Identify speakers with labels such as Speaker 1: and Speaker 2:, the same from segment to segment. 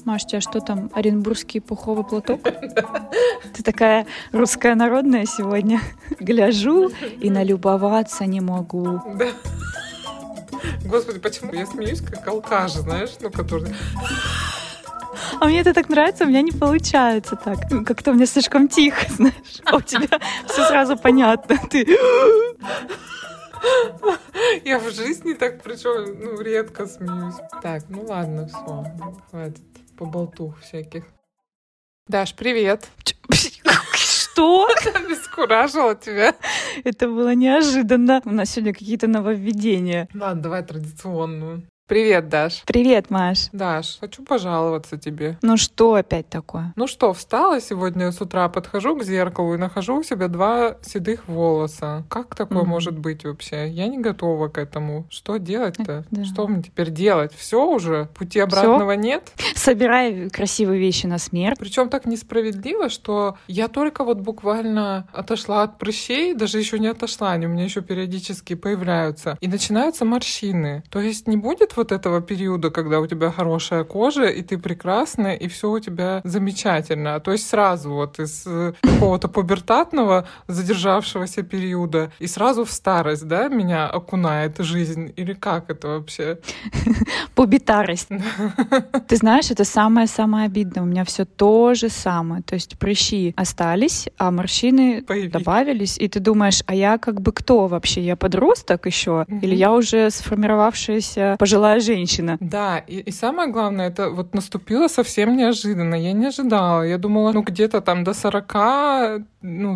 Speaker 1: Маш, у тебя что там, оренбургский пуховый платок? Ты такая русская народная сегодня. Гляжу и налюбоваться не могу.
Speaker 2: Да. Господи, почему я смеюсь, как алкаш, знаешь, который...
Speaker 1: А мне это так нравится, у меня не получается так. Как-то у меня слишком тихо, знаешь. А у тебя все сразу понятно. Ты...
Speaker 2: Я в жизни так, причем, редко смеюсь. Так, ладно, все, хватит поболтух всяких. Даш, привет.
Speaker 1: Что?
Speaker 2: Обескуражила тебя.
Speaker 1: Это было неожиданно. У нас сегодня какие-то нововведения.
Speaker 2: Ладно, давай традиционную. Привет, Даш.
Speaker 1: Привет, Маш.
Speaker 2: Даш, хочу пожаловаться тебе.
Speaker 1: Ну что опять такое?
Speaker 2: Встала сегодня с утра, подхожу к зеркалу и нахожу у себя 2 седых волоса. Как такое может быть вообще? Я не готова к этому. Что делать-то?
Speaker 1: Да.
Speaker 2: Что мне теперь делать? Все уже? Пути обратного нет?
Speaker 1: Собирай красивые вещи на смерть.
Speaker 2: Причем так несправедливо, что я только буквально отошла от прыщей, даже еще не отошла, они у меня еще периодически появляются, и начинаются морщины. То есть не будет этого периода, когда у тебя хорошая кожа, и ты прекрасная, и все у тебя замечательно. То есть сразу из какого-то пубертатного задержавшегося периода и сразу в старость, да, меня окунает жизнь? Или как это вообще?
Speaker 1: Пубертарость. Ты знаешь, это самое-самое обидное. У меня все то же самое. То есть прыщи остались, а морщины добавились, и ты думаешь, а я кто вообще? Я подросток еще? Или я уже сформировавшаяся пожилая женщина?
Speaker 2: Да, и самое главное, это наступило совсем неожиданно. Я не ожидала. Я думала, где-то там до 40,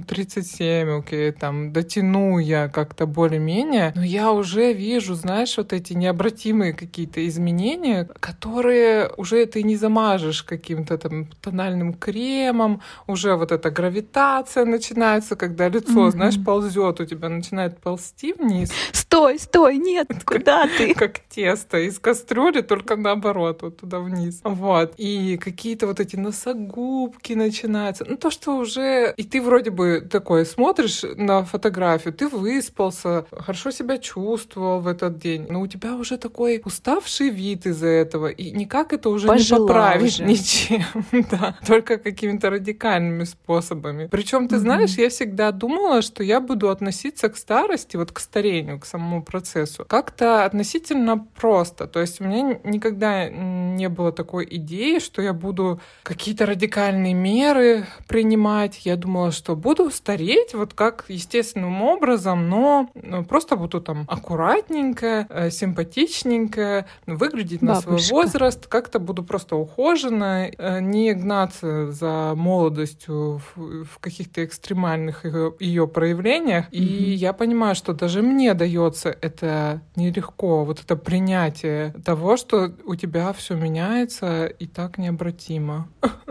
Speaker 2: 37, окей, там дотяну я как-то более-менее. Но я уже вижу, знаешь, эти необратимые какие-то изменения, которые уже ты не замажешь каким-то там тональным кремом. Уже эта гравитация начинается, когда лицо, знаешь, ползет, у тебя начинает ползти вниз.
Speaker 1: Стой, нет, куда ты?
Speaker 2: Как тесто из кастрюли, только наоборот, туда вниз. И какие-то эти носогубки начинаются. То, что уже... И ты вроде бы такой смотришь на фотографию, ты выспался, хорошо себя чувствовал в этот день, но у тебя уже такой уставший вид из-за этого, и никак это уже не поправишь ничем. Да, только какими-то радикальными способами. Причем, ты знаешь, я всегда думала, что я буду относиться к старости, к старению, к самому процессу, как-то относительно просто. То есть у меня никогда не было такой идеи, что я буду какие-то радикальные меры принимать. Я думала, что буду стареть как естественным образом, но просто буду там аккуратненько, симпатичненько, выглядеть на свой возраст, как-то буду просто ухоженно, не гнаться за молодостью в каких-то экстремальных ее проявлениях. И я понимаю, что даже мне дается это нелегко, это принятие того, что у тебя все меняется и так необратимо.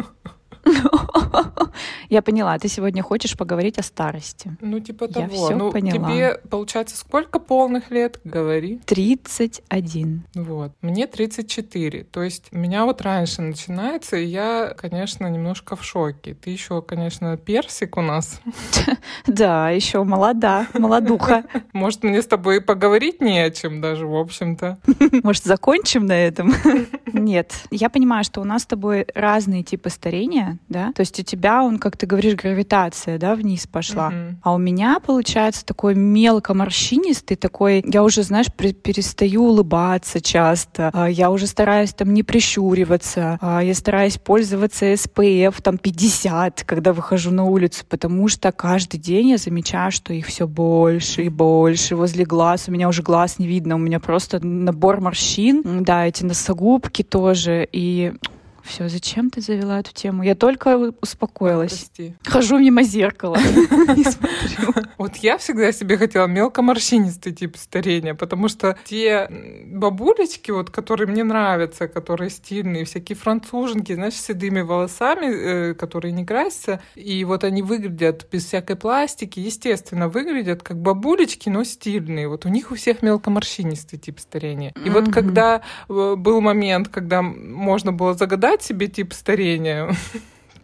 Speaker 1: Я поняла, ты сегодня хочешь поговорить о старости.
Speaker 2: Типа
Speaker 1: Я
Speaker 2: того.
Speaker 1: всё поняла.
Speaker 2: Тебе, получается, сколько полных лет? Говори.
Speaker 1: 31.
Speaker 2: Мне 34. То есть у меня раньше начинается, и я, конечно, немножко в шоке. Ты еще, конечно, персик у нас.
Speaker 1: Да, еще молодуха.
Speaker 2: Может, мне с тобой поговорить не о чем даже, в общем-то.
Speaker 1: Может, закончим на этом? Нет. Я понимаю, что у нас с тобой разные типы старения, да? То есть у тебя как ты говоришь, гравитация, да, вниз пошла. А у меня, получается, такой мелкоморщинистый, такой, я уже, знаешь, перестаю улыбаться часто, я уже стараюсь там не прищуриваться, я стараюсь пользоваться SPF 50, когда выхожу на улицу, потому что каждый день я замечаю, что их все больше и больше возле глаз. У меня уже глаз не видно, у меня просто набор морщин, да, эти носогубки тоже, и... Все, зачем ты завела эту тему? Я только успокоилась.
Speaker 2: Прости.
Speaker 1: Хожу мимо зеркала. Не смотрю.
Speaker 2: Я всегда себе хотела мелкоморщинистый тип старения, потому что те бабулечки, которые мне нравятся, которые стильные, всякие француженки, знаешь, с седыми волосами, которые не красятся, и они выглядят без всякой пластики, естественно, выглядят как бабулечки, но стильные. У них у всех мелкоморщинистый тип старения. И когда был момент, когда можно было загадать себе тип старения,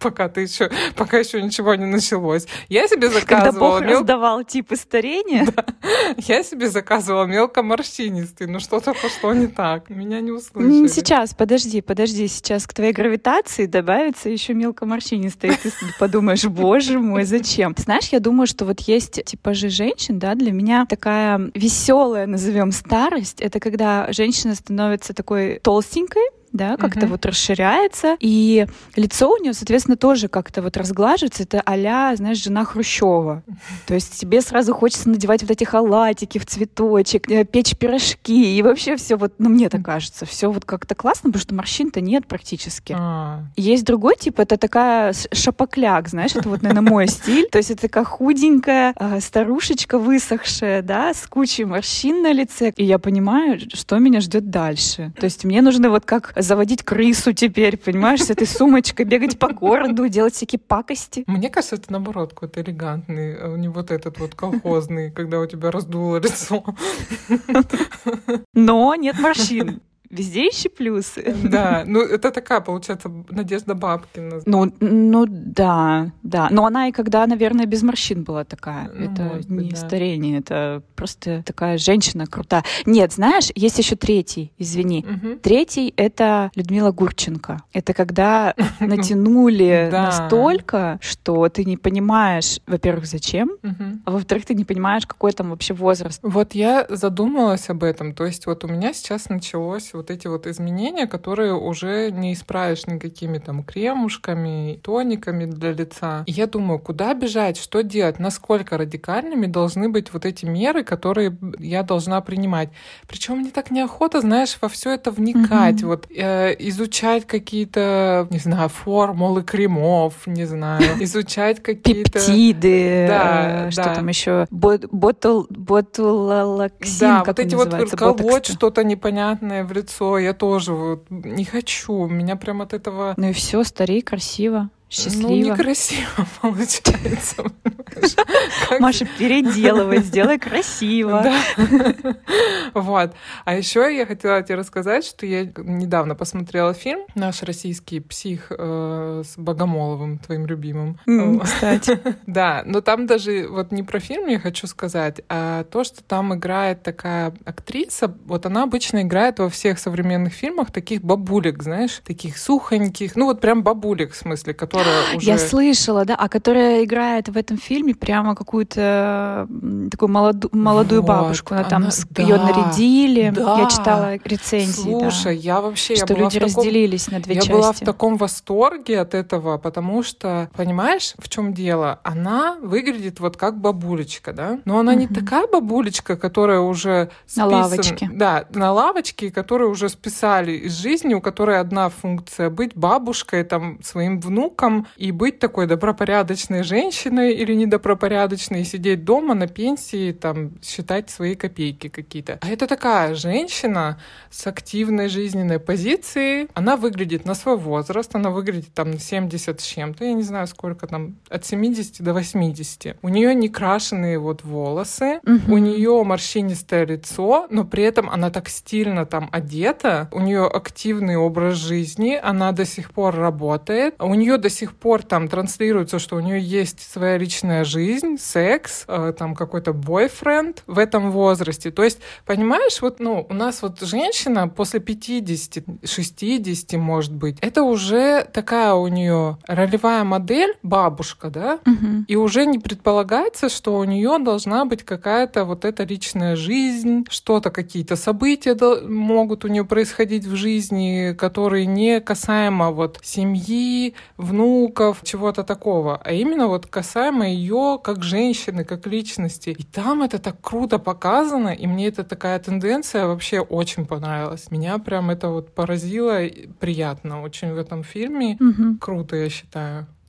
Speaker 2: пока еще ничего не началось. Я себе заказывала...
Speaker 1: Когда Бог раздавал типы старения?
Speaker 2: Да. Я себе заказывала мелкоморщинистый, но что-то пошло не так. Меня не услышали.
Speaker 1: Сейчас, подожди. Сейчас к твоей гравитации добавится еще мелкоморщинистый. И ты подумаешь, боже мой, зачем? Знаешь, я думаю, что вот есть типажи женщин, да, для меня такая веселая, назовем, старость, это когда женщина становится такой толстенькой, да, как-то вот расширяется, и лицо у нее, соответственно, тоже как-то вот разглаживается. Это а-ля, знаешь, жена Хрущева. То есть тебе сразу хочется надевать вот эти халатики в цветочек, печь пирожки, и вообще все вот, ну, мне так кажется, все вот как-то классно, потому что морщин-то нет практически. Есть другой тип, это такая шапокляк, знаешь, это вот, наверное, мой стиль. То есть это такая худенькая старушечка высохшая, да, с кучей морщин на лице. И я понимаю, что меня ждет дальше. То есть мне нужно вот как заводить крысу теперь, понимаешь, с этой сумочкой, бегать по городу, делать всякие пакости.
Speaker 2: Мне кажется, это наоборот какой-то элегантный, а не вот этот вот колхозный, когда у тебя раздуло лицо.
Speaker 1: Но нет морщин. Везде ищи плюсы.
Speaker 2: Да, ну это такая, получается, Надежда Бабкина.
Speaker 1: Ну да. Но она и когда, наверное, без морщин была такая.
Speaker 2: Ну,
Speaker 1: это не
Speaker 2: да.
Speaker 1: старение, это просто такая женщина крутая. Нет, знаешь, есть еще третий, извини. Третий — это Людмила Гурченко. Это когда натянули настолько, что ты не понимаешь, во-первых, зачем, а во-вторых, ты не понимаешь, какой там вообще возраст.
Speaker 2: Вот я задумалась об этом. То есть вот у меня сейчас началось вот эти вот изменения, которые уже не исправишь никакими там кремушками, тониками для лица. И я думаю, куда бежать, что делать, насколько радикальными должны быть вот эти меры, которые я должна принимать. Причем мне так неохота, знаешь, во все это вникать, вот изучать какие-то, не знаю, формулы кремов, не знаю, изучать какие-то
Speaker 1: пептиды, что там еще ботулолаксин,
Speaker 2: да,
Speaker 1: как
Speaker 2: вот эти вот колоть что-то непонятное в лицо. Я тоже вот не хочу. У меня прям от этого...
Speaker 1: Ну и все, старей красиво. Счастливо.
Speaker 2: Ну, некрасиво получается.
Speaker 1: Маша, переделывай, сделай красиво.
Speaker 2: Вот. А еще я хотела тебе рассказать, что я недавно посмотрела фильм «Наш российский псих» с Богомоловым, твоим любимым.
Speaker 1: Кстати.
Speaker 2: Да, но там даже вот не про фильм я хочу сказать, а то, что там играет такая актриса, вот она обычно играет во всех современных фильмах таких бабулек, знаешь, таких сухоньких, ну вот прям бабулек в смысле, которые уже...
Speaker 1: Я слышала, да, а которая играет в этом фильме прямо какую-то такую молодую
Speaker 2: вот,
Speaker 1: бабушку. Она там ее нарядили.
Speaker 2: Да.
Speaker 1: Я читала рецензии.
Speaker 2: Слушай, я вообще...
Speaker 1: Что люди разделились на две части.
Speaker 2: Я была в таком восторге от этого, потому что, понимаешь, в чем дело? Она выглядит вот как бабулечка, да? Но она не такая бабулечка, которая уже
Speaker 1: на лавочке.
Speaker 2: Да, на лавочке, которую уже списали из жизни, у которой одна функция — быть бабушкой там своим внукам и быть такой добропорядочной женщиной или недобропорядочной, и сидеть дома на пенсии, там, считать свои копейки какие-то. А это такая женщина с активной жизненной позицией. Она выглядит на свой возраст, она выглядит там 70 с чем-то, я не знаю, сколько там, от 70 до 80. У нее не крашеные вот волосы, у нее морщинистое лицо, но при этом она так стильно там одета, у нее активный образ жизни, она до сих пор работает, у нее до сих пор там транслируется, что у нее есть своя личная жизнь, секс, там какой-то бойфренд в этом возрасте. То есть, понимаешь, вот, ну, у нас вот женщина после 50, 60, может быть, это уже такая у нее ролевая модель, бабушка, да, и уже не предполагается, что у нее должна быть какая-то вот эта личная жизнь, что-то, какие-то события могут у нее происходить в жизни, которые не касаемо вот семьи, внуков, чего-то такого, а именно вот касаемо ее как женщины, как личности. И там это так круто показано, и мне эта такая тенденция вообще очень понравилась. Меня прям это вот поразило, приятно очень в этом фильме. Круто, я считаю.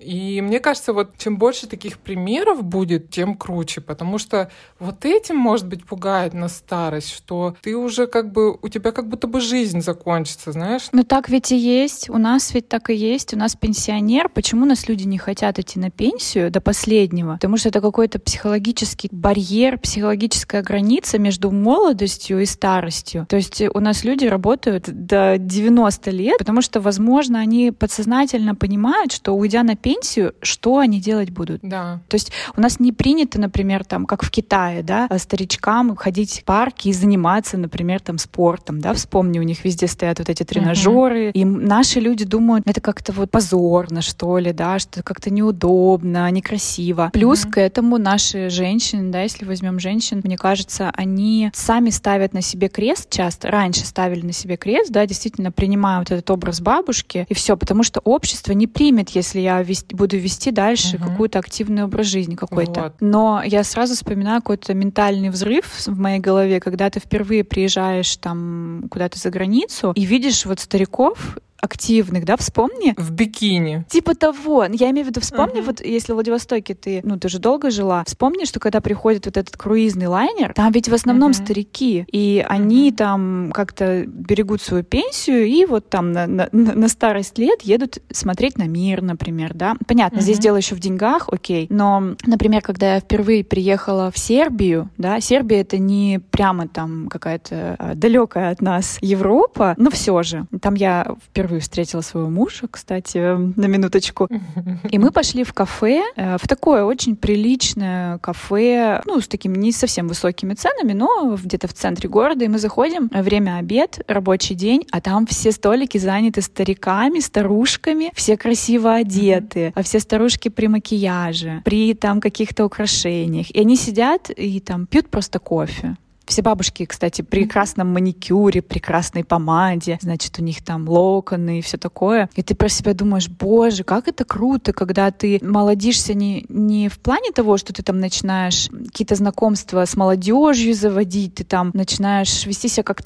Speaker 2: И мне кажется, вот чем больше таких примеров будет, тем круче, потому что вот этим, может быть, пугает нас старость, что ты уже у тебя как будто бы жизнь закончится, знаешь?
Speaker 1: Ну так ведь и есть. У нас ведь так и есть. У нас пенсионер. Почему у нас люди не хотят идти на пенсию до последнего? Потому что это какой-то психологический барьер, психологическая граница между молодостью и старостью. То есть у нас люди работают до 90 лет, потому что, возможно, они подсознательно понимают, что, уйдя на пенсию, что они делать будут.
Speaker 2: Да.
Speaker 1: То есть у нас не принято, например, там, как в Китае, да, старичкам ходить в парки и заниматься, например, там, спортом, да, вспомни, у них везде стоят вот эти тренажеры, и наши люди думают, это как-то вот позорно, что ли, да, что как-то неудобно, некрасиво. Плюс к этому наши женщины, да, если возьмем женщин, мне кажется, они сами ставят на себе крест часто, раньше ставили на себе крест, да, действительно принимая вот этот образ бабушки, и все, потому что общество не примет, если я буду вести дальше какой-то активный образ жизни какой-то.
Speaker 2: Вот.
Speaker 1: Но я сразу вспоминаю какой-то ментальный взрыв в моей голове, когда ты впервые приезжаешь там куда-то за границу и видишь вот стариков активных, да, вспомни.
Speaker 2: В бикини.
Speaker 1: Типа того. Я имею в виду, вспомни, вот если в Владивостоке ты же долго жила, вспомни, что когда приходит вот этот круизный лайнер, там ведь в основном старики, и они там как-то берегут свою пенсию и вот там на старость лет едут смотреть на мир, например, да. Понятно, здесь дело еще в деньгах, окей, но, например, когда я впервые приехала в Сербию, да, Сербия — это не прямо там какая-то далекая от нас Европа, но все же. Там я впервые встретила своего мужа, кстати, на минуточку. И мы пошли в кафе, в такое очень приличное кафе, с такими не совсем высокими ценами, но где-то в центре города. И мы заходим, время обед, рабочий день, а там все столики заняты стариками, старушками, все красиво одеты, а все старушки при макияже, при там каких-то украшениях. И они сидят и там пьют просто кофе. Все бабушки, кстати, при прекрасном маникюре, прекрасной помаде, значит, у них там локоны и все такое. И ты про себя думаешь, боже, как это круто, когда ты молодишься не в плане того, что ты там начинаешь какие-то знакомства с молодежью заводить, ты там начинаешь вести себя как-то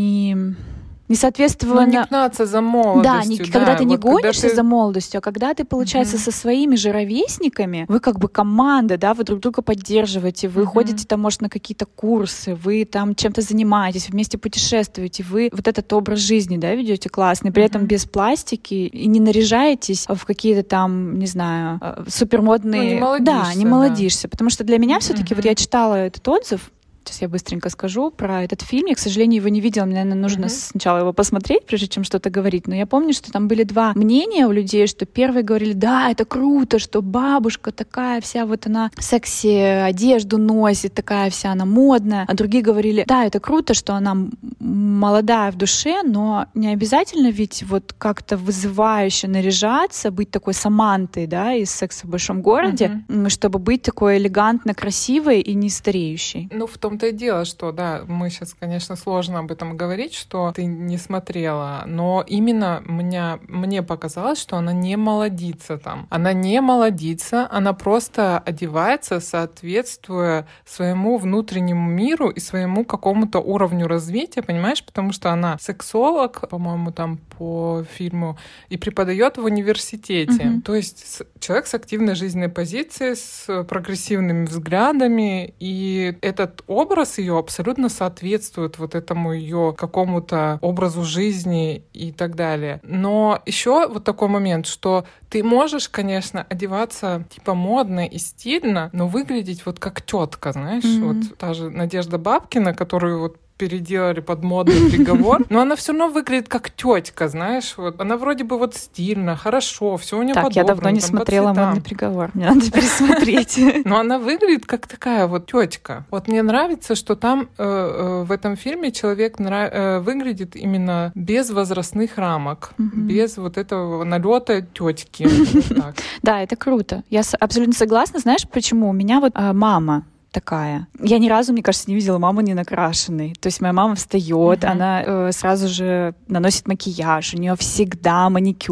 Speaker 1: не соответствовало...
Speaker 2: не гнаться за молодостью.
Speaker 1: Да, когда ты не гонишься за молодостью, а когда ты, получается, со своими же ровесниками, вы как бы команда, да, вы друг друга поддерживаете, вы ходите там, может, на какие-то курсы, вы там чем-то занимаетесь, вместе путешествуете, вы вот этот образ жизни, да, ведете классный, при этом без пластики, и не наряжаетесь в какие-то там, не знаю, супермодные...
Speaker 2: не молодишься.
Speaker 1: Да, не молодишься, потому что для меня все-таки, вот я читала этот отзыв. Сейчас я быстренько скажу про этот фильм. Я, к сожалению, его не видела. Мне, наверное, нужно сначала его посмотреть, прежде чем что-то говорить. Но я помню, что там были два мнения у людей, что первые говорили, да, это круто, что бабушка такая вся, вот она секси-одежду носит, такая вся она модная. А другие говорили, да, это круто, что она молодая в душе, но не обязательно ведь вот как-то вызывающе наряжаться, быть такой Самантой, да, из «Секса в большом городе», чтобы быть такой элегантно красивой и не стареющей.
Speaker 2: В том-то и дело, что, да, мы сейчас, конечно, сложно об этом говорить, что ты не смотрела, но именно мне показалось, что она не молодится там. Она не молодится, она просто одевается, соответствуя своему внутреннему миру и своему какому-то уровню развития, понимаешь? Потому что она сексолог, по-моему, там по фильму, и преподает в университете. То есть человек с активной жизненной позицией, с прогрессивными взглядами, и этот образ ее абсолютно соответствует вот этому ее какому-то образу жизни и так далее. Но еще вот такой момент, что ты можешь, конечно, одеваться типа модно и стильно, но выглядеть вот как тетка, знаешь, вот та же Надежда Бабкина, которую вот переделали под модный приговор, но она все равно выглядит как тетка, знаешь, вот она вроде бы вот стильно, хорошо, все у нее по-доброму.
Speaker 1: Так, я давно не смотрела «Модный приговор», мне надо пересмотреть.
Speaker 2: Но она выглядит как такая вот тетка. Вот мне нравится, что там в этом фильме человек выглядит именно без возрастных рамок, без вот этого налета тетки.
Speaker 1: Да, это круто. Я абсолютно согласна. Знаешь, почему? У меня вот мама такая. Я ни разу, мне кажется, не видела маму не накрашенной. То есть моя мама встает, она сразу же наносит макияж, у нее всегда маникюр.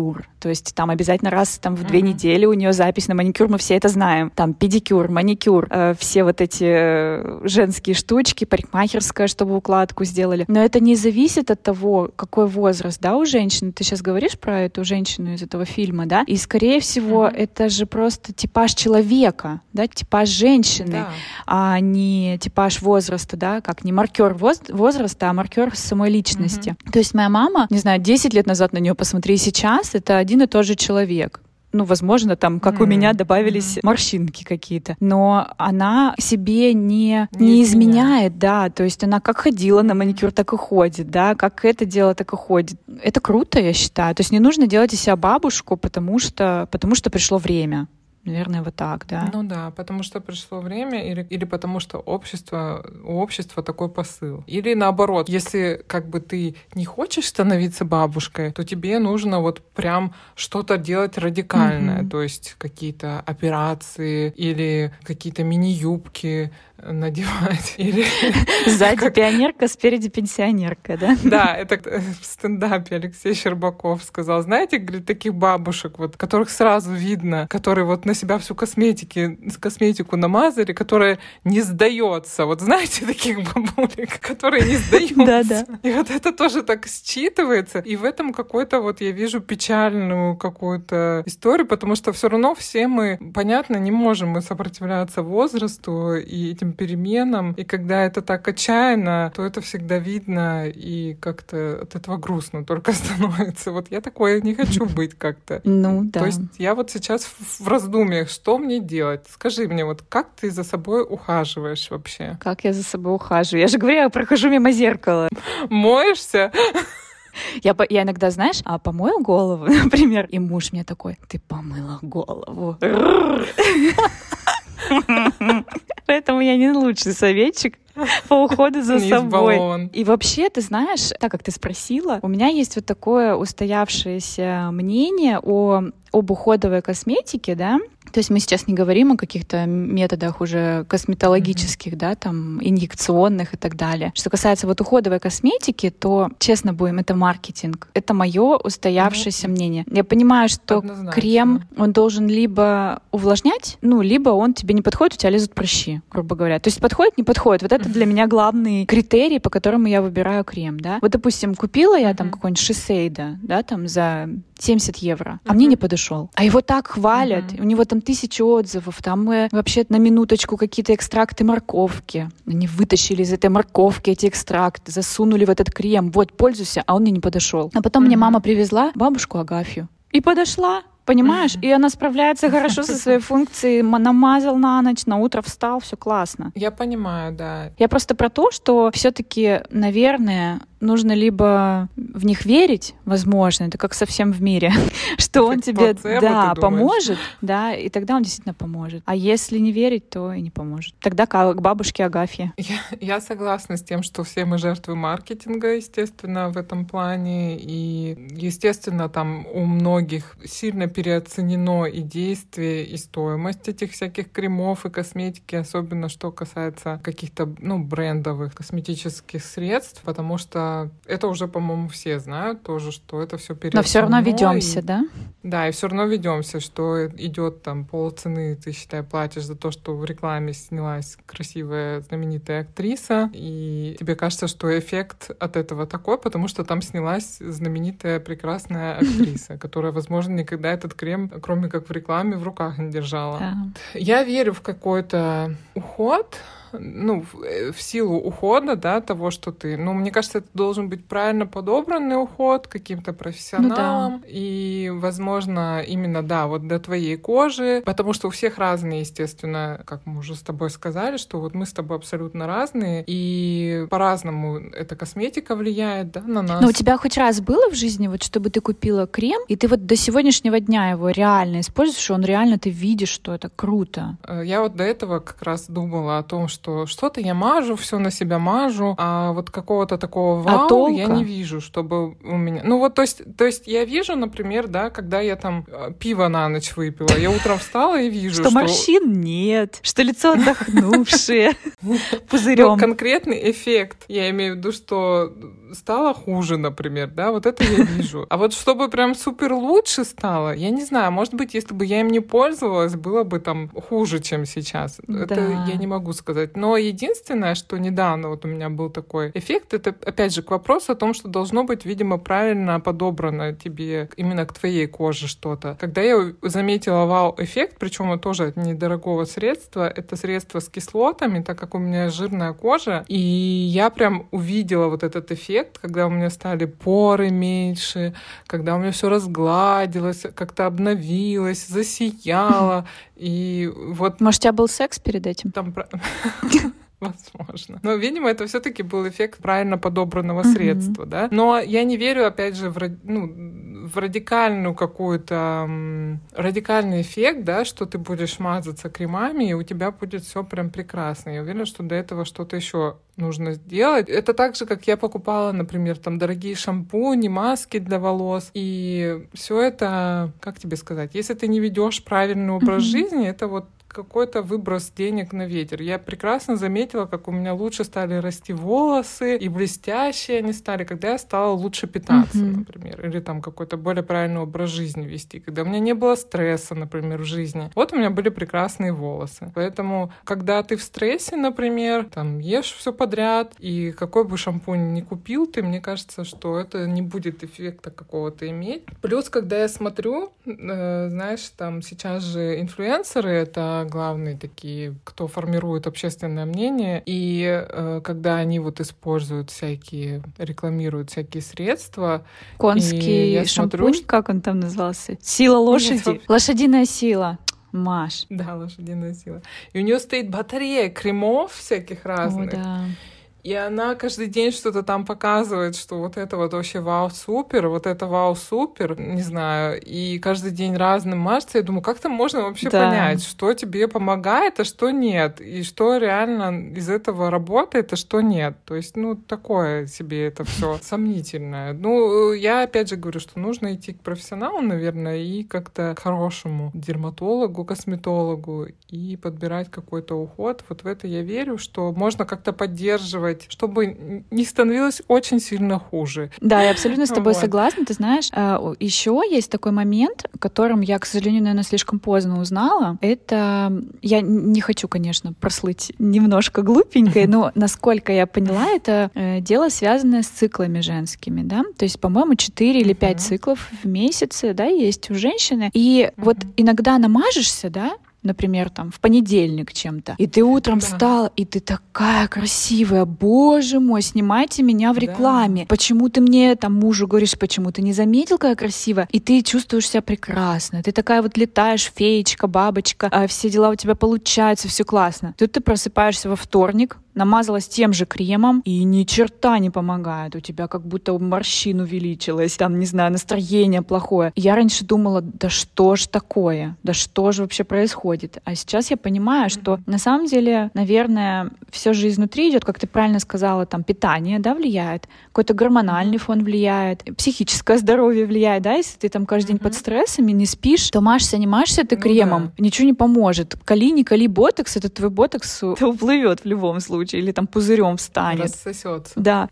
Speaker 1: То есть там обязательно раз там в 2 недели у нее запись на маникюр, мы все это знаем. Там педикюр, маникюр, все вот эти женские штучки, парикмахерская, чтобы укладку сделали. Но это не зависит от того, какой возраст, да, у женщины. Ты сейчас говоришь про эту женщину из этого фильма, да? И, скорее всего, это же просто типаж человека, да, типаж женщины, а не типаж возраста, да, как не маркер возраста, а маркер самой личности. То есть моя мама, не знаю, 10 лет назад на нее посмотри, сейчас это один и тот же человек. Ну, возможно, там, как у меня, добавились морщинки какие-то. Но она себе не изменяет, да. То есть она как ходила на маникюр, так и ходит, да. Как это дело, так и ходит. Это круто, я считаю. То есть не нужно делать из себя бабушку, потому что пришло время. Наверное, вот так, да.
Speaker 2: Ну да, потому что пришло время или потому что у общества такой посыл. Или наоборот, если как бы ты не хочешь становиться бабушкой, то тебе нужно вот прям что-то делать радикальное, то есть какие-то операции или какие-то мини-юбки надевать. Или
Speaker 1: сзади пионерка, спереди пенсионерка, да?
Speaker 2: Да, это в стендапе Алексей Щербаков сказал. Знаете, говорит, таких бабушек, вот, которых сразу видно, которые вот на себя всю косметику намазали, которая не сдается. Вот знаете таких бабулек, которые не сдаются?
Speaker 1: Да.
Speaker 2: И вот это тоже так считывается. И в этом какой-то вот я вижу печальную какую-то историю, потому что все равно все мы, понятно, не можем мы сопротивляться возрасту и этим переменам. И когда это так отчаянно, то это всегда видно, и как-то от этого грустно только становится. Вот я такое не хочу быть как-то.
Speaker 1: Ну, да.
Speaker 2: То есть я вот сейчас в раздумьях, что мне делать? Скажи мне, вот как ты за собой ухаживаешь вообще?
Speaker 1: Как я за собой ухаживаю? Я же говорю, я прохожу мимо зеркала.
Speaker 2: Моешься?
Speaker 1: Я иногда, знаешь, помою голову, например, и муж мне такой: ты помыла голову. Поэтому я не лучший советчик по уходу за собой. И вообще, ты знаешь, так как ты спросила, у меня есть вот такое устоявшееся мнение об уходовой косметике, да. То есть мы сейчас не говорим о каких-то методах уже косметологических, да, там, инъекционных и так далее. Что касается вот уходовой косметики, то, честно будем, это маркетинг. Это мое устоявшееся мнение. Я понимаю, что крем, он должен либо увлажнять, либо он тебе не подходит, у тебя лезут прыщи, грубо говоря. То есть подходит, не подходит. Вот это для меня главный критерий, по которому я выбираю крем, да. Вот, допустим, купила я там какой-нибудь Шисейда, да, там за 70 евро, а мне не подошел. А его так хвалят, у него там 1000 отзывов, там вообще на минуточку какие-то экстракты морковки. Они вытащили из этой морковки эти экстракты, засунули в этот крем, вот, пользуйся, а он мне не подошел. А потом мне мама привезла бабушку Агафью. И подошла. Понимаешь? И она справляется хорошо со своей функцией. Намазал на ночь, на утро встал, все классно.
Speaker 2: Я понимаю, да.
Speaker 1: Я просто про то, что все-таки, наверное, нужно либо в них верить, возможно, это как совсем в мире, что он тебе, да, поможет, да, и тогда он действительно поможет. А если не верить, то и не поможет. Тогда как бабушке Агафье.
Speaker 2: Я согласна с тем, что все мы жертвы маркетинга, естественно, в этом плане. И, естественно, там у многих сильно переоценено и действие, и стоимость этих всяких кремов и косметики, особенно что касается каких-то, брендовых косметических средств, потому что это уже, по-моему, все знают тоже, что это все переоценено.
Speaker 1: Но все равно ведемся, да?
Speaker 2: Да, и все равно ведемся, что идет там полцены, ты, считай, платишь за то, что в рекламе снялась красивая знаменитая актриса, и тебе кажется, что эффект от этого такой, потому что там снялась знаменитая прекрасная актриса, которая, возможно, никогда этот крем, кроме как в рекламе, в руках не держала.
Speaker 1: Да.
Speaker 2: Я верю в какой-то уход, в силу ухода, да, того, что ты... мне кажется, это должен быть правильно подобранный уход каким-то профессионалом. И, возможно, именно, да, вот для твоей кожи. Потому что у всех разные, естественно, как мы уже с тобой сказали, что вот мы с тобой абсолютно разные. И по-разному эта косметика влияет, да, на нас.
Speaker 1: Но у тебя хоть раз было в жизни, вот, чтобы ты купила крем, и ты вот до сегодняшнего дня его реально используешь, он реально, ты видишь, что это круто?
Speaker 2: Я вот до этого как раз думала о том, что что что-то я мажу, все на себя мажу, а вот какого-то такого вау я не вижу, чтобы у меня... Ну вот, то есть я вижу, например, да, когда я там пиво на ночь выпила, я утром встала и вижу, что
Speaker 1: морщин нет, что лицо отдохнувшее, пузырем.
Speaker 2: Конкретный эффект. Я имею в виду, что стало хуже, например, да, вот это я вижу. А вот чтобы прям супер лучше стало, я не знаю, может быть, если бы я им не пользовалась, было бы там хуже, чем сейчас.
Speaker 1: Да.
Speaker 2: Это я не могу сказать. Но единственное, что недавно вот у меня был такой эффект, это, опять же, к вопросу о том, что должно быть, видимо, правильно подобрано тебе именно к твоей коже что-то. Когда я заметила вау-эффект, причем тоже от недорогого средства, это средство с кислотами, так как у меня жирная кожа, и я прям увидела вот этот эффект, когда у меня стали поры меньше, когда у меня все разгладилось, как-то обновилось, засияло. И вот...
Speaker 1: Может, у тебя был секс перед этим?
Speaker 2: Там... Возможно. Но, видимо, это все-таки был эффект правильно подобранного средства, да. Но я не верю, опять же, в радикальную какую-то радикальный эффект, да, что ты будешь мазаться кремами, и у тебя будет все прям прекрасно. Я уверена, что до этого что-то еще нужно сделать. Это так же, как я покупала, например, там дорогие шампуни, маски для волос. И все это, как тебе сказать, если ты не ведешь правильный образ жизни, это вот какой-то выброс денег на ветер. Я прекрасно заметила, как у меня лучше стали расти волосы, и блестящие они стали, когда я стала лучше питаться, например, или там какой-то более правильный образ жизни вести, когда у меня не было стресса, например, в жизни. Вот у меня были прекрасные волосы. Поэтому, когда ты в стрессе, например, там ешь все подряд, и какой бы шампунь ни купил ты, мне кажется, что это не будет эффекта какого-то иметь. Плюс, когда я смотрю, знаешь, там сейчас же инфлюенсеры — это главные такие, кто формирует общественное мнение, и когда они вот используют всякие, рекламируют всякие средства.
Speaker 1: Конский шампунь, как он там назывался? Сила лошади. Лошадиная сила. Маш.
Speaker 2: Да, лошадиная сила. И у нее стоит батарея кремов всяких разных.
Speaker 1: О, да.
Speaker 2: И она каждый день что-то там показывает, что вот это вот вообще вау-супер, вот это вау-супер, не знаю. И каждый день разным мажется. Я думаю, как там можно вообще понять, что тебе помогает, а что нет? И что реально из этого работает, а что нет? То есть, такое себе это все сомнительное. Я опять же говорю, что нужно идти к профессионалу, наверное, и как-то к хорошему дерматологу, косметологу и подбирать какой-то уход. Вот в это я верю, что можно как-то поддерживать, чтобы не становилось очень сильно хуже.
Speaker 1: Да, я абсолютно с тобой согласна. Ты знаешь, еще есть такой момент, о котором я, к сожалению, наверное, слишком поздно узнала. Это я не хочу, конечно, прослыть немножко глупенькой, но насколько я поняла, это дело, связанное с циклами женскими, да. То есть, по-моему, 4 или 5 циклов в месяц, да, есть у женщины. И вот иногда намажешься, да, например, там, в понедельник чем-то, и ты утром встала, и ты такая красивая, боже мой, снимайте меня в рекламе. Почему ты мне, там, мужу говоришь, почему ты не заметил, какая красивая? И ты чувствуешь себя прекрасно. Ты такая вот летаешь, феечка, бабочка, все дела у тебя получаются, все классно. Тут ты просыпаешься во вторник, намазалась тем же кремом, и ни черта не помогает. У тебя как будто морщин увеличилось, там, не знаю, настроение плохое. Я раньше думала, да что ж такое? Да что же вообще происходит? А сейчас я понимаю, что на самом деле, наверное, все же изнутри идет, как ты правильно сказала, там, питание, да, влияет, какой-то гормональный фон влияет, психическое здоровье влияет, да, если ты там каждый день под стрессами, не спишь, то мажься, не мажься ты кремом, ничего не поможет. Кали, не кали ботокс, этот твой ботокс уплывет в любом случае, или там пузырем встанет.
Speaker 2: Рассосется.
Speaker 1: Да.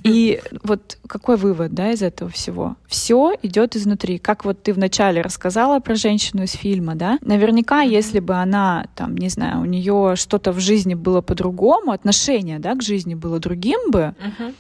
Speaker 1: И вот какой вывод, да, из этого всего? Все идет изнутри. Как вот ты вначале рассказала про женщину из фильма, да? Наверняка, если бы она, там, не знаю, у нее что-то в жизни было по-другому, отношение, да, к жизни было другим бы,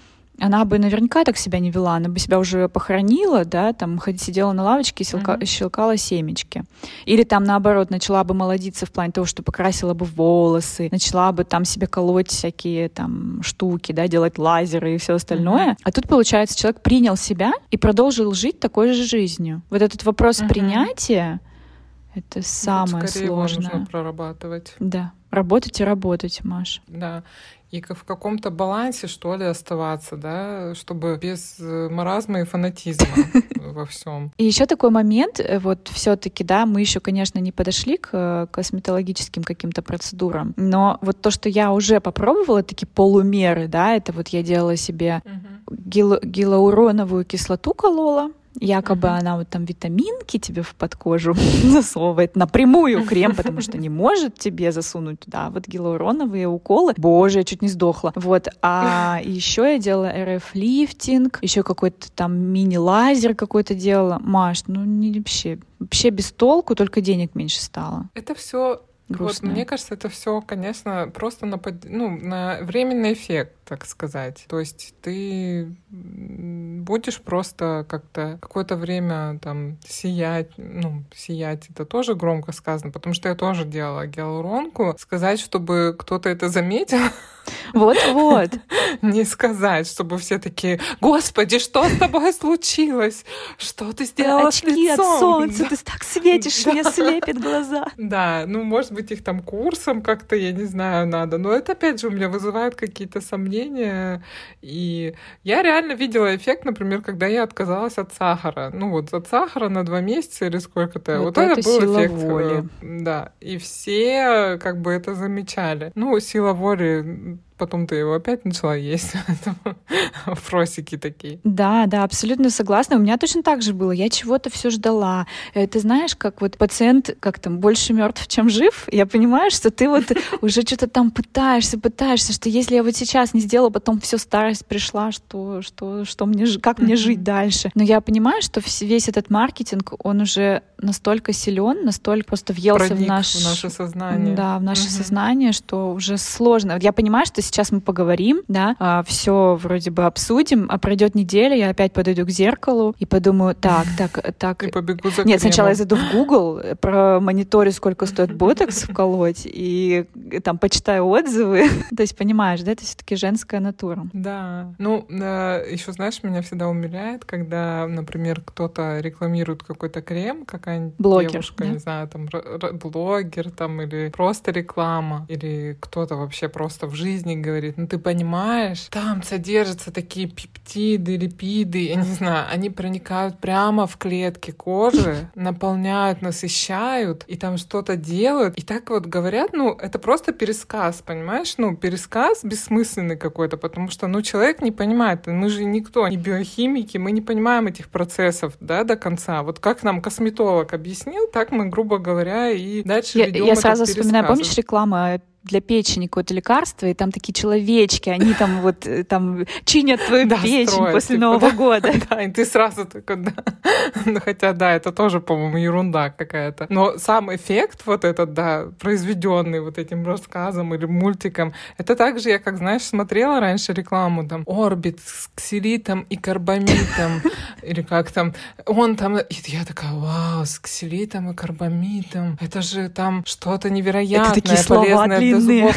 Speaker 1: она бы наверняка так себя не вела, она бы себя уже похоронила, да, там сидела на лавочке и щелкала семечки. Или там наоборот начала бы молодиться в плане того, что покрасила бы волосы, начала бы там себе колоть всякие там штуки, да, делать лазеры и все остальное. А тут, получается, человек принял себя и продолжил жить такой же жизнью. Вот этот вопрос принятия — это самое
Speaker 2: скорее
Speaker 1: сложное.
Speaker 2: Его нужно прорабатывать.
Speaker 1: Да. Работать и работать, Маш.
Speaker 2: Да. И в каком-то балансе, что ли, оставаться, да, чтобы без маразма и фанатизма. во всем.
Speaker 1: И еще такой момент, вот все-таки, да, мы еще, конечно, не подошли к косметологическим каким-то процедурам, но вот то, что я уже попробовала, такие полумеры, да, это вот я делала себе гиалуроновую кислоту колола. Якобы она вот там витаминки тебе под кожу засовывает напрямую крем, потому что не может тебе засунуть туда вот гиалуроновые уколы. Боже, я чуть не сдохла. Вот. А еще я делала РФ-лифтинг, еще какой-то там мини-лазер какой-то делала. Маш, ну не вообще без толку, только денег меньше стало.
Speaker 2: Это все. Вот, мне кажется, это все, конечно, просто на временный эффект, так сказать. То есть ты будешь просто как-то какое-то время там сиять. Сиять — это тоже громко сказано, потому что я тоже делала гиалуронку. Сказать, чтобы кто-то это заметил...
Speaker 1: Вот-вот.
Speaker 2: Не сказать, чтобы все такие: «Господи, что с тобой случилось? Что ты сделала с лицом?»
Speaker 1: Очки от солнца, ты так светишь, мне слепит глаза.
Speaker 2: Да, может быть, их там курсом как-то, я не знаю, надо. Но это, опять же, у меня вызывает какие-то сомнения. И я реально видела эффект, например, когда я отказалась от сахара. От сахара на 2 месяца или сколько-то. Вот это был
Speaker 1: сила
Speaker 2: эффект.
Speaker 1: Воли.
Speaker 2: Да, и все как бы это замечали. Сила воли... Потом ты его опять начала есть. Вопросики такие.
Speaker 1: Да, абсолютно согласна. У меня точно так же было. Я чего-то все ждала. Ты знаешь, как вот пациент, как там, больше мертв, чем жив. Я понимаю, что ты вот уже что-то там пытаешься, что если я вот сейчас не сделала, потом все старость пришла, как мне жить дальше. Но я понимаю, что весь этот маркетинг, он уже настолько силен, настолько просто въелся в
Speaker 2: наше сознание.
Speaker 1: Да, в наше сознание, что уже сложно. Я понимаю, что сейчас мы поговорим, да, все вроде бы обсудим, а пройдет неделя, я опять подойду к зеркалу и подумаю, так.
Speaker 2: И побегу за
Speaker 1: Нет, сначала я зайду в Google, промониторю, сколько стоит ботокс вколоть, и там почитаю отзывы. То есть, понимаешь, да, это все-таки женская натура.
Speaker 2: Да. Еще, знаешь, меня всегда умиляет, когда, например, кто-то рекламирует какой-то крем, какая-нибудь девушка, да? Не знаю, там блогер, там, или просто реклама, или кто-то вообще просто в жизни говорит: ты понимаешь, там содержатся такие пептиды, липиды, я не знаю, они проникают прямо в клетки кожи, наполняют, насыщают, и там что-то делают. И так вот говорят, это просто пересказ, понимаешь? Пересказ бессмысленный какой-то, потому что, человек не понимает, мы же никто, не биохимики, мы не понимаем этих процессов, да, до конца. Вот как нам косметолог объяснил, так мы, грубо говоря, и дальше ведем.
Speaker 1: Я сразу вспоминаю, помнишь реклама для печени какое-то лекарство, и там такие человечки, они там вот там чинят твою печень строят, после Нового года.
Speaker 2: Да, и ты сразу такой, да. Хотя, да, это тоже, по-моему, ерунда какая-то. Но сам эффект вот этот, да, произведенный вот этим рассказом или мультиком, это также я, как знаешь, смотрела раньше рекламу, там, Орбит с ксилитом и карбамидом, или как там, он там, и я такая: вау, с ксилитом и карбамидом, это же там что-то невероятное,
Speaker 1: это такие
Speaker 2: полезное.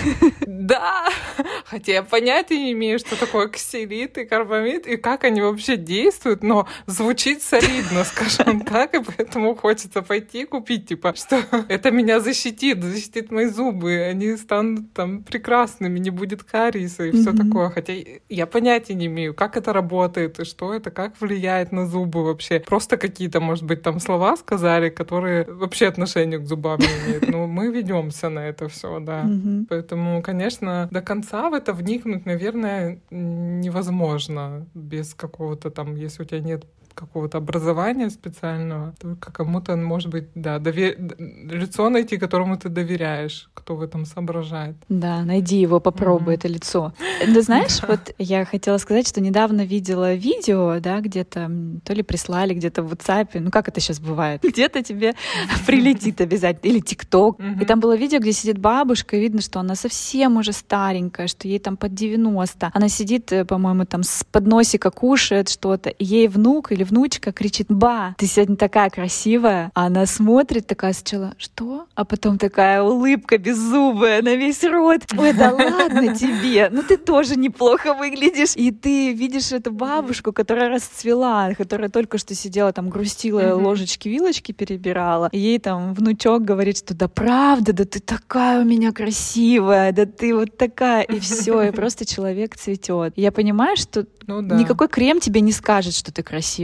Speaker 2: Да, хотя я понятия не имею, что такое ксилит и карбамид, и как они вообще действуют, но звучит солидно, скажем так, и поэтому хочется пойти купить, что это меня защитит мои зубы, они станут там прекрасными, не будет кариеса и все такое. Хотя я понятия не имею, как это работает, и что это, как влияет на зубы вообще. Просто какие-то, может быть, там слова сказали, которые вообще отношение к зубам не имеют. Но мы ведемся на это все, да. Поэтому, конечно, до конца в это вникнуть, наверное, невозможно без какого-то там, если у тебя нет какого-то образования специального, только кому-то, может быть, да, лицо найти, которому ты доверяешь, кто в этом соображает.
Speaker 1: Да, найди его, попробуй это лицо. Ты знаешь, вот я хотела сказать, что недавно видела видео, да, где-то, то ли прислали где-то в WhatsApp, как это сейчас бывает, где-то тебе прилетит обязательно, или ТикТок. И там было видео, где сидит бабушка, и видно, что она совсем уже старенькая, что ей там под 90. Она сидит, по-моему, там с подносика кушает что-то, и ей внук или внучка кричит: «Ба, ты сегодня такая красивая». А она смотрит такая сначала: «Что?» А потом такая улыбка беззубая на весь рот. «Ой, да ладно тебе, ты тоже неплохо выглядишь». И ты видишь эту бабушку, которая расцвела, которая только что сидела там, грустила, ложечки-вилочки перебирала. И ей там внучок говорит, что да правда, да ты такая у меня красивая, да ты вот такая. И все, и просто человек цветет. Я понимаю, что никакой крем тебе не скажет, что ты красивая.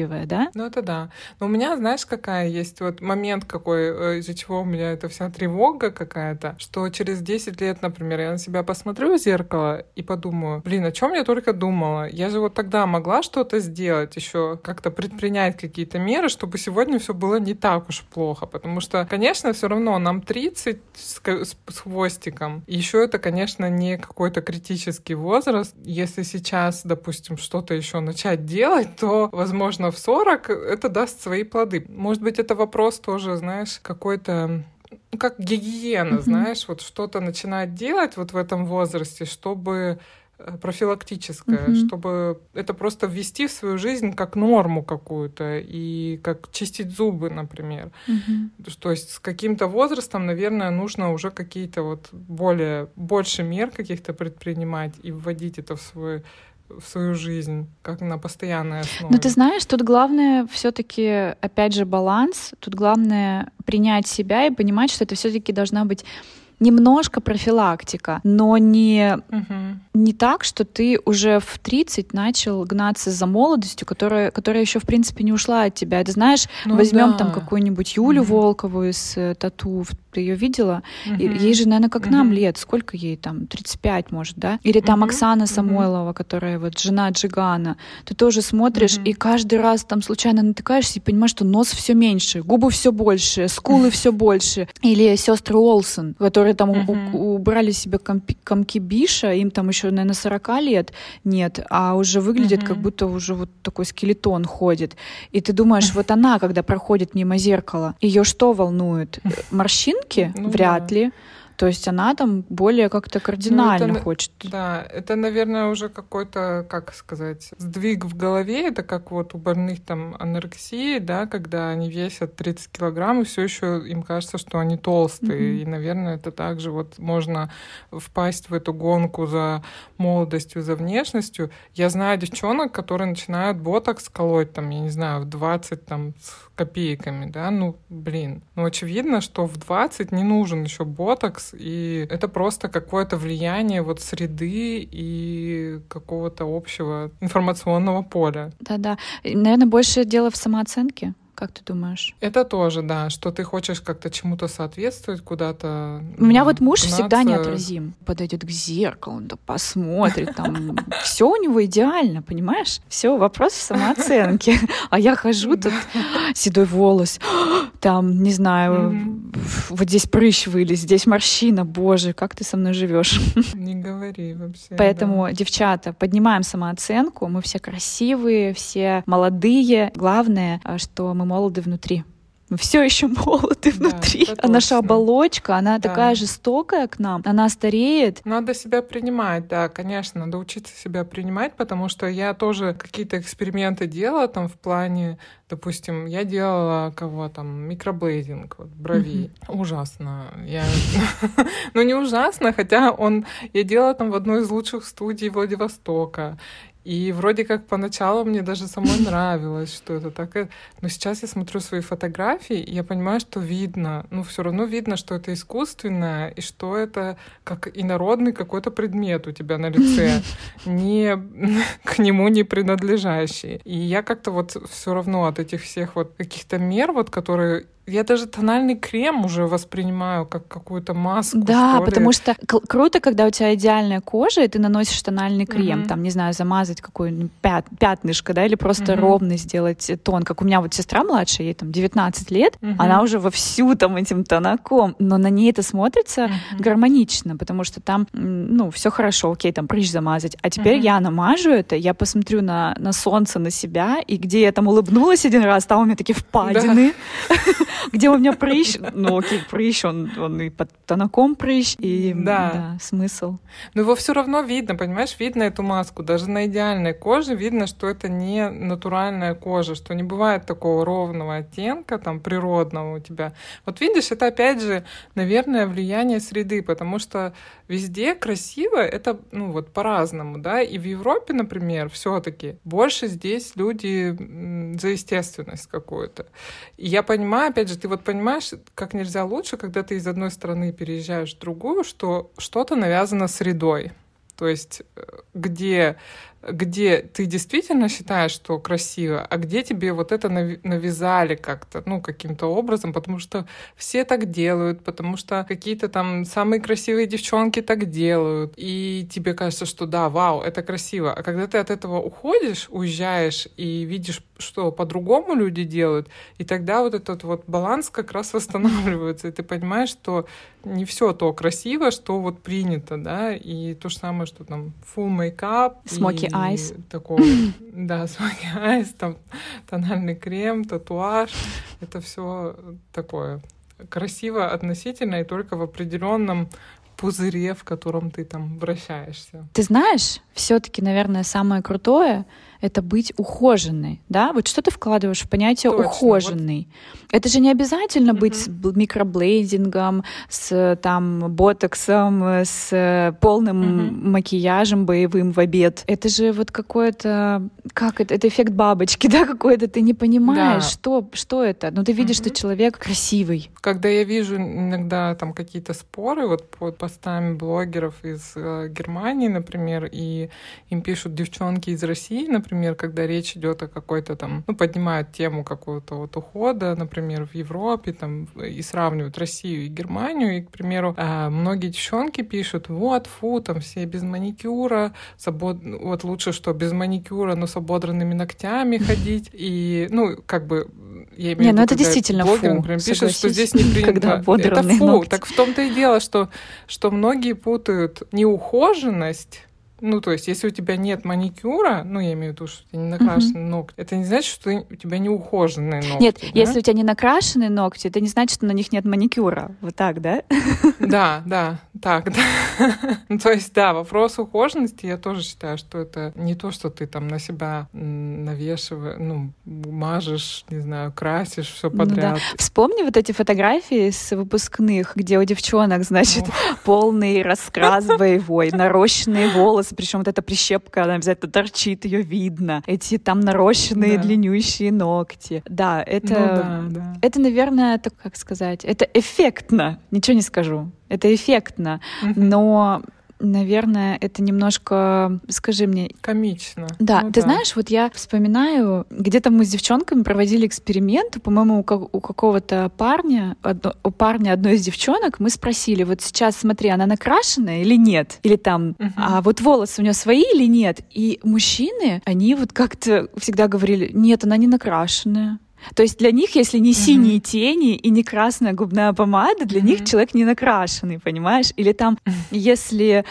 Speaker 1: красивая, да?
Speaker 2: Ну, это да. Но у меня, знаешь, какая есть вот момент какой, из-за чего у меня эта вся тревога какая-то, что через 10 лет, например, я на себя посмотрю в зеркало и подумаю, блин, о чем я только думала? Я же вот тогда могла что-то сделать, еще как-то предпринять какие-то меры, чтобы сегодня все было не так уж плохо. Потому что, конечно, все равно нам 30 с хвостиком. Еще это, конечно, не какой-то критический возраст. Если сейчас, допустим, что-то еще начать делать, то, возможно, в 40 это даст свои плоды. Может быть, это вопрос тоже, знаешь, какой-то, ну, как гигиена, знаешь, вот что-то начинать делать вот в этом возрасте, чтобы профилактическое, чтобы это просто ввести в свою жизнь как норму какую-то и как чистить зубы, например. То есть с каким-то возрастом, наверное, нужно уже какие-то вот больше мер каких-то предпринимать и вводить это в свою жизнь, как на постоянной основе.
Speaker 1: Но ты знаешь, тут главное все-таки, опять же, баланс. Тут главное принять себя и понимать, что это все-таки должна быть немножко профилактика, но не так, что ты уже в 30 начал гнаться за молодостью, которая еще, в принципе, не ушла от тебя. Ты знаешь, возьмем там какую-нибудь Юлю Волкову из «Тату», ты ее видела? Ей же, наверное, как нам лет. Сколько ей там? 35, может, да? Или там Оксана Самойлова, которая вот жена Джигана. Ты тоже смотришь, и каждый раз там случайно натыкаешься и понимаешь, что нос все меньше, губы все больше, скулы все больше. Или сестры Олсен, которые там убрали себе комки биша, им там еще, наверное, 40 лет нет, а уже выглядит, как будто уже вот такой скелетон ходит. И ты думаешь, вот она, когда проходит мимо зеркала, ее что волнует? Морщинки? Вряд ли. То есть она там более как-то кардинально хочет.
Speaker 2: Да, это, наверное, уже какой-то, как сказать, сдвиг в голове. Это как вот у больных там анорексии, да, когда они весят 30 килограмм, и все еще им кажется, что они толстые. И, наверное, это также вот можно впасть в эту гонку за молодостью, за внешностью. Я знаю девчонок, которые начинают ботокс колоть, там, я не знаю, в 20 там, с копейками, да, очевидно, что в 20 не нужен еще ботокс, и это просто какое-то влияние вот среды и какого-то общего информационного поля.
Speaker 1: Да-да. Наверное, больше дело в самооценке. Как ты думаешь?
Speaker 2: Это тоже, да, что ты хочешь как-то чему-то соответствовать, куда-то.
Speaker 1: У меня вот муж всегда неотразим. Подойдет к зеркалу, да посмотрит, там все у него идеально, понимаешь? Все, вопрос в самооценке. А я хожу тут, седой волос, там, не знаю, вот здесь прыщ вылез, здесь морщина, боже, как ты со мной живешь?
Speaker 2: Не говори вообще.
Speaker 1: Поэтому, девчата, поднимаем самооценку, мы все красивые, все молодые. Главное, что мы молоды внутри. Мы все еще молоды внутри. А наша оболочка, она такая жестокая к нам, она стареет.
Speaker 2: Надо себя принимать, да, конечно, надо учиться себя принимать, потому что я тоже какие-то эксперименты делала там в плане, допустим, я делала микроблейдинг бровей. Ужасно. Не ужасно, хотя я делала там в одной из лучших студий Владивостока. И вроде как поначалу мне даже самой нравилось, что это так. Но сейчас я смотрю свои фотографии, и я понимаю, что видно, все равно видно, что это искусственное, и что это как инородный какой-то предмет у тебя на лице, не к нему не принадлежащий. И я как-то вот все равно от этих всех вот каких-то мер, вот которые... Я даже тональный крем уже воспринимаю как какую-то маску.
Speaker 1: Да, потому что круто, когда у тебя идеальная кожа, и ты наносишь тональный крем, там, не знаю, замазать какое-нибудь пятнышко, да, или просто ровно сделать тон. Как у меня вот сестра младшая, ей там 19 лет, она уже вовсю там этим тонаком, но на ней это смотрится гармонично, потому что там, все хорошо, окей, там прыщ замазать. А теперь я намажу это, я посмотрю на солнце, на себя, и где я там улыбнулась один раз, там у меня такие впадины. Где у меня прыщ, окей, прыщ, он и под тонаком прыщ, и смысл.
Speaker 2: Но его все равно видно, понимаешь, видно эту маску. Даже на идеальной коже видно, что это не натуральная кожа, что не бывает такого ровного оттенка, там, природного у тебя. Вот видишь, это опять же, наверное, влияние среды, потому что везде красиво, это, по-разному, да, и в Европе, например, все-таки больше здесь люди за естественность какую-то. И я понимаю, опять же, ты вот понимаешь, как нельзя лучше, когда ты из одной страны переезжаешь в другую, что что-то навязано средой. То есть где где ты действительно считаешь, что красиво, а где тебе вот это навязали как-то, ну, каким-то образом, потому что все так делают, потому что какие-то там самые красивые девчонки так делают, и тебе кажется, что да, вау, это красиво. А когда ты от этого уходишь, уезжаешь и видишь, что по-другому люди делают, и тогда вот этот вот баланс как раз восстанавливается, и ты понимаешь, что не все то красиво, что вот принято, да, и то же самое, что там full makeup,
Speaker 1: smoky eyes,
Speaker 2: такой, да, smoky eyes, там тональный крем, татуаж, это все такое красиво относительно и только в определенном пузыре, в котором ты там вращаешься.
Speaker 1: Ты знаешь, все-таки, наверное, самое крутое — это быть ухоженной, да? Вот что ты вкладываешь в понятие
Speaker 2: Точно,
Speaker 1: ухоженный? Вот. Это же не обязательно быть с микроблейдингом, с там ботоксом, с полным макияжем боевым в обед. Это же вот какое-то, как это эффект бабочки, да, какой-то. Ты не понимаешь, что это. Но ты видишь, что человек красивый.
Speaker 2: Когда я вижу иногда там какие-то споры вот под постами блогеров из Германии, например, и им пишут девчонки из России, например, когда речь идет о какой-то там, ну, поднимают тему какого-то вот ухода, например, в Европе, там, и сравнивают Россию и Германию, и, к примеру, многие девчонки пишут, вот, фу, там все без маникюра, вот лучше, что без маникюра, но с ободранными ногтями ходить, и, ну, как бы, я имею в виду,
Speaker 1: ну это действительно
Speaker 2: блогер,
Speaker 1: фу,
Speaker 2: например, пишет, что здесь не принято.
Speaker 1: Это
Speaker 2: фу.
Speaker 1: ногти.
Speaker 2: Так в том-то и дело, что многие путают неухоженность. Ну, то есть, если у тебя нет маникюра, ну, я имею в виду, что у тебя не накрашены ногти, это не значит, что у тебя не ухоженные ногти.
Speaker 1: Нет,
Speaker 2: да?
Speaker 1: если у тебя не накрашенные ногти, это не значит, что на них нет маникюра. Вот так, да?
Speaker 2: Да, так, да. Ну, то есть, да, вопрос ухоженности, я тоже считаю, что это не то, что ты там на себя навешиваешь, ну, мажешь, не знаю, красишь, все подряд.
Speaker 1: Ну, да. Вспомни вот эти фотографии с выпускных, где у девчонок, значит, полный раскрас боевой, нарощенные волосы, причем вот эта прищепка, она обязательно торчит, ее видно. Эти там нарощенные длиннющие ногти. Да, это, это, наверное, это, как сказать, это эффектно. Ничего не скажу. Это эффектно. Но, наверное, это немножко, скажи мне...
Speaker 2: Комично.
Speaker 1: Да, ну, ты знаешь, вот я вспоминаю, где-то мы с девчонками проводили эксперимент, по-моему, у какого-то парня, у парня одной из девчонок, мы спросили, вот сейчас смотри, она накрашенная или нет? Или там, а вот волосы у нее свои или нет? И мужчины, они вот как-то всегда говорили, нет, она не накрашенная. То есть для них, если не синие тени и не красная губная помада, для них человек не накрашенный, понимаешь? Или там, если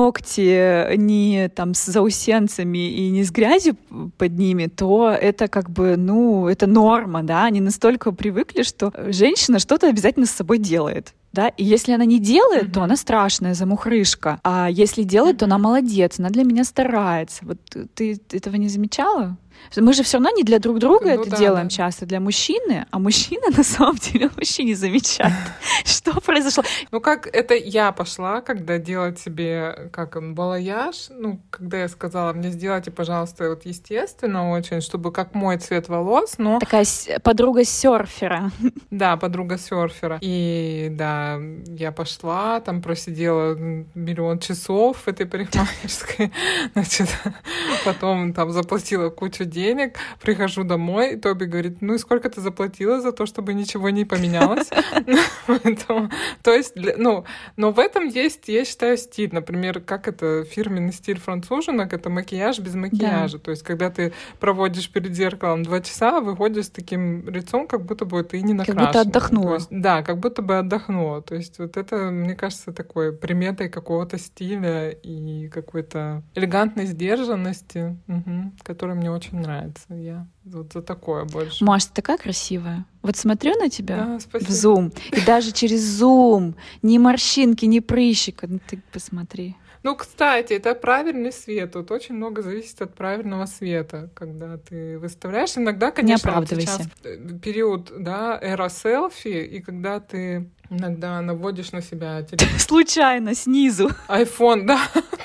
Speaker 1: ногти не там с заусенцами и не с грязью под ними, то это как бы, ну, это норма, да? Они настолько привыкли, что женщина что-то обязательно с собой делает. Да? И если она не делает, то она страшная замухрышка. А если делает, то она молодец, она для меня старается. Вот ты этого не замечала? Мы же все равно не для друг друга это делаем часто, для мужчины, а мужчина на самом деле вообще не замечает, что произошло.
Speaker 2: Ну как это я пошла, когда делать себе балаяж, ну когда я сказала, мне сделайте, пожалуйста, вот естественно очень, чтобы как мой цвет волос, но...
Speaker 1: Такая подруга серфера.
Speaker 2: Да, подруга серфера. И да, я пошла, там просидела 1 миллион часов в этой парикмахерской, значит, потом там заплатила кучу денег, прихожу домой, и Тоби говорит, ну и сколько ты заплатила за то, чтобы ничего не поменялось? То есть, ну, но в этом есть, я считаю, стиль. Например, как это фирменный стиль француженок, это макияж без макияжа. То есть, когда ты проводишь перед зеркалом 2 часа, выходишь с таким лицом, как будто бы ты не накрашена.
Speaker 1: Как будто отдохнула.
Speaker 2: Да, как будто бы отдохнула. То есть, вот это, мне кажется, такой приметой какого-то стиля и какой-то элегантной сдержанности, которая мне очень нравится. Я вот за такое больше.
Speaker 1: Маш, ты такая красивая. Вот смотрю на тебя
Speaker 2: в
Speaker 1: Zoom, и даже через Zoom ни морщинки, ни прыщика. Ну ты посмотри.
Speaker 2: Ну, кстати, это правильный свет. Тут очень много зависит от правильного света, когда ты выставляешь. Иногда, конечно,
Speaker 1: не оправдывайся.
Speaker 2: Сейчас период, да, эра селфи, и когда ты иногда наводишь на себя телефон.
Speaker 1: Случайно, снизу.
Speaker 2: iPhone, да,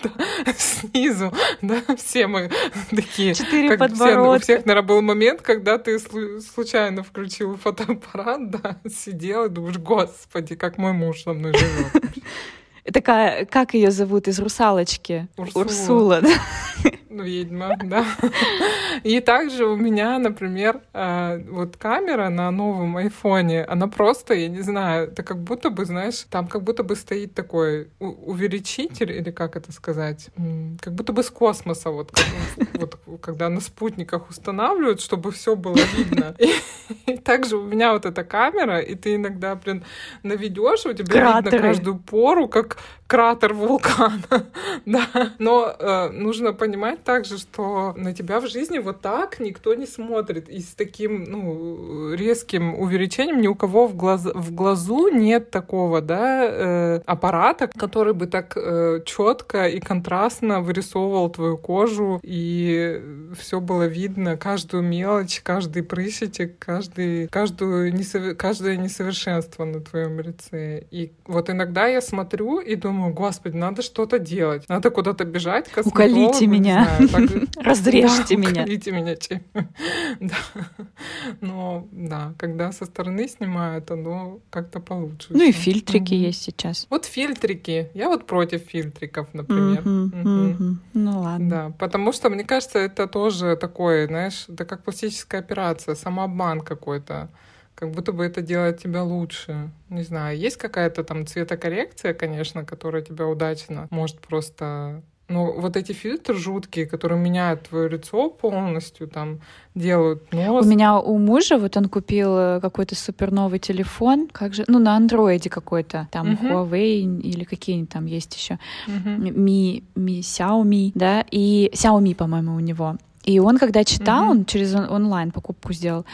Speaker 2: снизу, да, все мы такие.
Speaker 1: 4 подбородка.
Speaker 2: У всех, наверное, был момент, когда ты случайно включил фотоаппарат, да, сидел и думаешь, господи, как мой муж со мной живет.
Speaker 1: Такая, как ее зовут из «Русалочки»? Урсула, да?
Speaker 2: Ведьма, да. И также у меня, например, вот камера на новом айфоне, она просто, я не знаю, это как будто бы, знаешь, там как будто бы стоит такой увеличитель, или как это сказать, как будто бы с космоса, вот когда на спутниках устанавливают, чтобы все было видно. И также у меня вот эта камера, и ты иногда, блин, наведешь, у тебя видно каждую пору, как кратер вулкана. Да. Но нужно понимать также, что на тебя в жизни вот так никто не смотрит. И с таким, резким увеличением ни у кого в глазу нет такого, да, аппарата, который бы так четко и контрастно вырисовывал твою кожу, и все было видно, каждую мелочь, каждый прыщичек, каждое несовершенство на твоем лице. И вот иногда я смотрю и думаю, господи, надо что-то делать, надо куда-то бежать, к косметологу.
Speaker 1: Уколите меня, разрежьте меня.
Speaker 2: Уколите меня чем. Но да, когда со стороны снимают, оно как-то получше.
Speaker 1: Ну и фильтрики есть сейчас.
Speaker 2: Вот фильтрики. Я вот против фильтриков, например.
Speaker 1: Ну ладно.
Speaker 2: Да, потому что, мне кажется, это тоже такое, знаешь, это как пластическая операция, самообман какой-то. Как будто бы это делает тебя лучше. Не знаю, есть какая-то там цветокоррекция, конечно, которая тебя удачно может просто... Ну, вот эти фильтры жуткие, которые меняют твое лицо полностью, там, делают нос.
Speaker 1: У мужа, вот он купил какой-то супер новый телефон, на андроиде какой-то, там, Huawei или какие-нибудь там есть еще, Xiaomi, да, и Xiaomi, по-моему, у него. И он, когда читал, он через онлайн покупку сделал,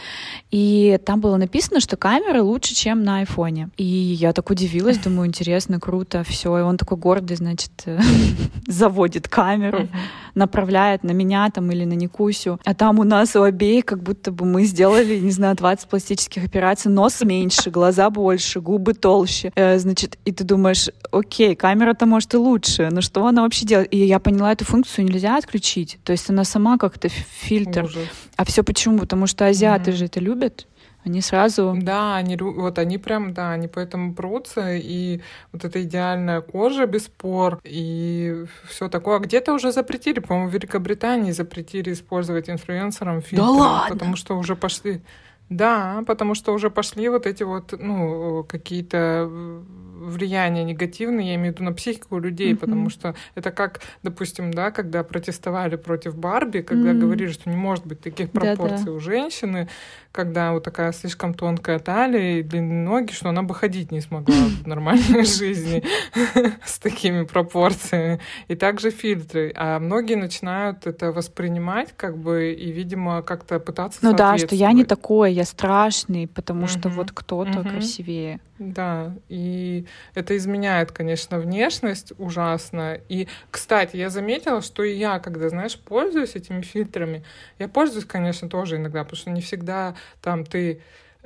Speaker 1: и там было написано, что камера лучше, чем на айфоне. И я так удивилась, думаю, интересно, круто, все. И он такой гордый, значит, заводит камеру, направляет на меня там или на Никусю. А там у нас у обеих как будто бы мы сделали, не знаю, 20 пластических операций, нос меньше, глаза больше, губы толще. Значит, и ты думаешь, окей, камера-то может и лучше, но что она вообще делает? И я поняла, эту функцию нельзя отключить. То есть она сама как-то фильтр.
Speaker 2: Ужас.
Speaker 1: А все почему? Потому что азиаты же это любят. Они сразу...
Speaker 2: Да, они прям, да, они поэтому прутся, и вот эта идеальная кожа без пор, и все такое. А где-то уже запретили, по-моему, в Великобритании запретили использовать инфлюенсерам фильтры.
Speaker 1: Да ладно?
Speaker 2: Потому что уже пошли... Да, потому что уже пошли вот эти вот, какие-то влияния негативные, я имею в виду на психику людей, потому что это как, допустим, да, когда протестовали против Барби, когда говорили, что не может быть таких пропорций у женщины, когда вот такая слишком тонкая талия и длинные ноги, что она бы ходить не смогла в нормальной жизни с такими пропорциями. И также фильтры. А многие начинают это воспринимать как бы и, видимо, как-то пытаться соответствовать.
Speaker 1: Да, что я не такой, я страшный, потому что вот кто-то красивее.
Speaker 2: Да, и это изменяет, конечно, внешность ужасно. И, кстати, я заметила, что и я, когда, знаешь, пользуюсь этими фильтрами, я пользуюсь, конечно, тоже иногда, потому что не всегда там ты...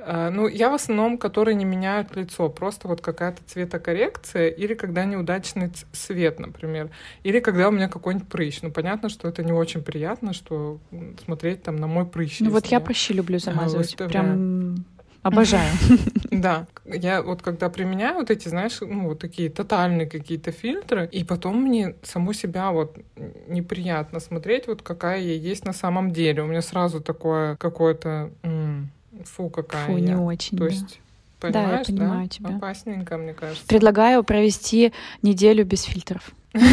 Speaker 2: я в основном, которые не меняют лицо, просто вот какая-то цветокоррекция, или когда неудачный свет, например, или когда у меня какой-нибудь прыщ. Понятно, что это не очень приятно, что смотреть там на мой прыщ.
Speaker 1: Вот я прыщи люблю замазывать, прям... Обожаю.
Speaker 2: Да. Я вот когда применяю вот эти, знаешь, вот такие тотальные какие-то фильтры, и потом мне саму себя вот неприятно смотреть, вот какая я есть на самом деле. У меня сразу такое какое-то... Фу, какая я.
Speaker 1: Не очень,
Speaker 2: То есть, понимаешь,
Speaker 1: да? Я понимаю тебя.
Speaker 2: Опасненько, мне кажется.
Speaker 1: Предлагаю провести неделю без фильтров.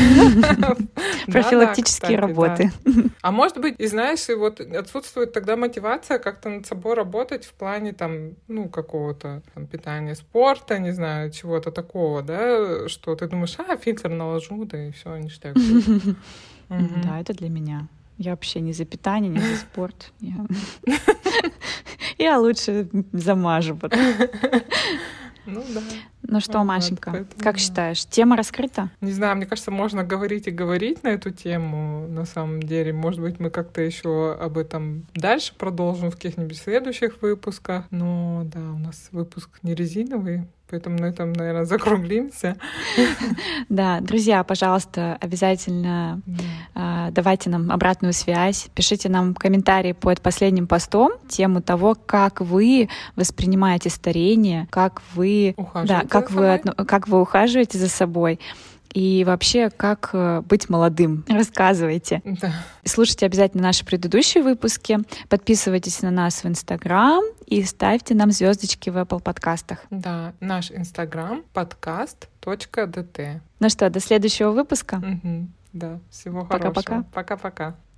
Speaker 1: Профилактические работы.
Speaker 2: А может быть, и знаешь, и вот отсутствует тогда мотивация как-то над собой работать в плане там, какого-то там питания, спорта, не знаю, чего-то такого, да, что ты думаешь, фильтр наложу, да и все, ништяк.
Speaker 1: Да, это для меня. Я вообще не за питание, не за спорт. Я лучше замажу потом.
Speaker 2: Да.
Speaker 1: Ну что, Машенька, как считаешь, тема раскрыта?
Speaker 2: Не знаю, мне кажется, можно говорить и говорить на эту тему, на самом деле. Может быть, мы как-то еще об этом дальше продолжим в каких-нибудь следующих выпусках. Но да, у нас выпуск не резиновый, поэтому на этом, наверное, закруглимся.
Speaker 1: Да, друзья, пожалуйста, обязательно давайте нам обратную связь, пишите нам комментарии под последним постом, тему того, как вы воспринимаете старение, как вы ухаживаете за собой. И вообще, как быть молодым? Рассказывайте.
Speaker 2: Да.
Speaker 1: Слушайте обязательно наши предыдущие выпуски. Подписывайтесь на нас в Инстаграм и ставьте нам звездочки в Apple подкастах.
Speaker 2: Да, наш Инстаграм podcast.dt.
Speaker 1: Ну что, до следующего выпуска.
Speaker 2: Да, всего
Speaker 1: Пока-пока.
Speaker 2: хорошего. Пока-пока.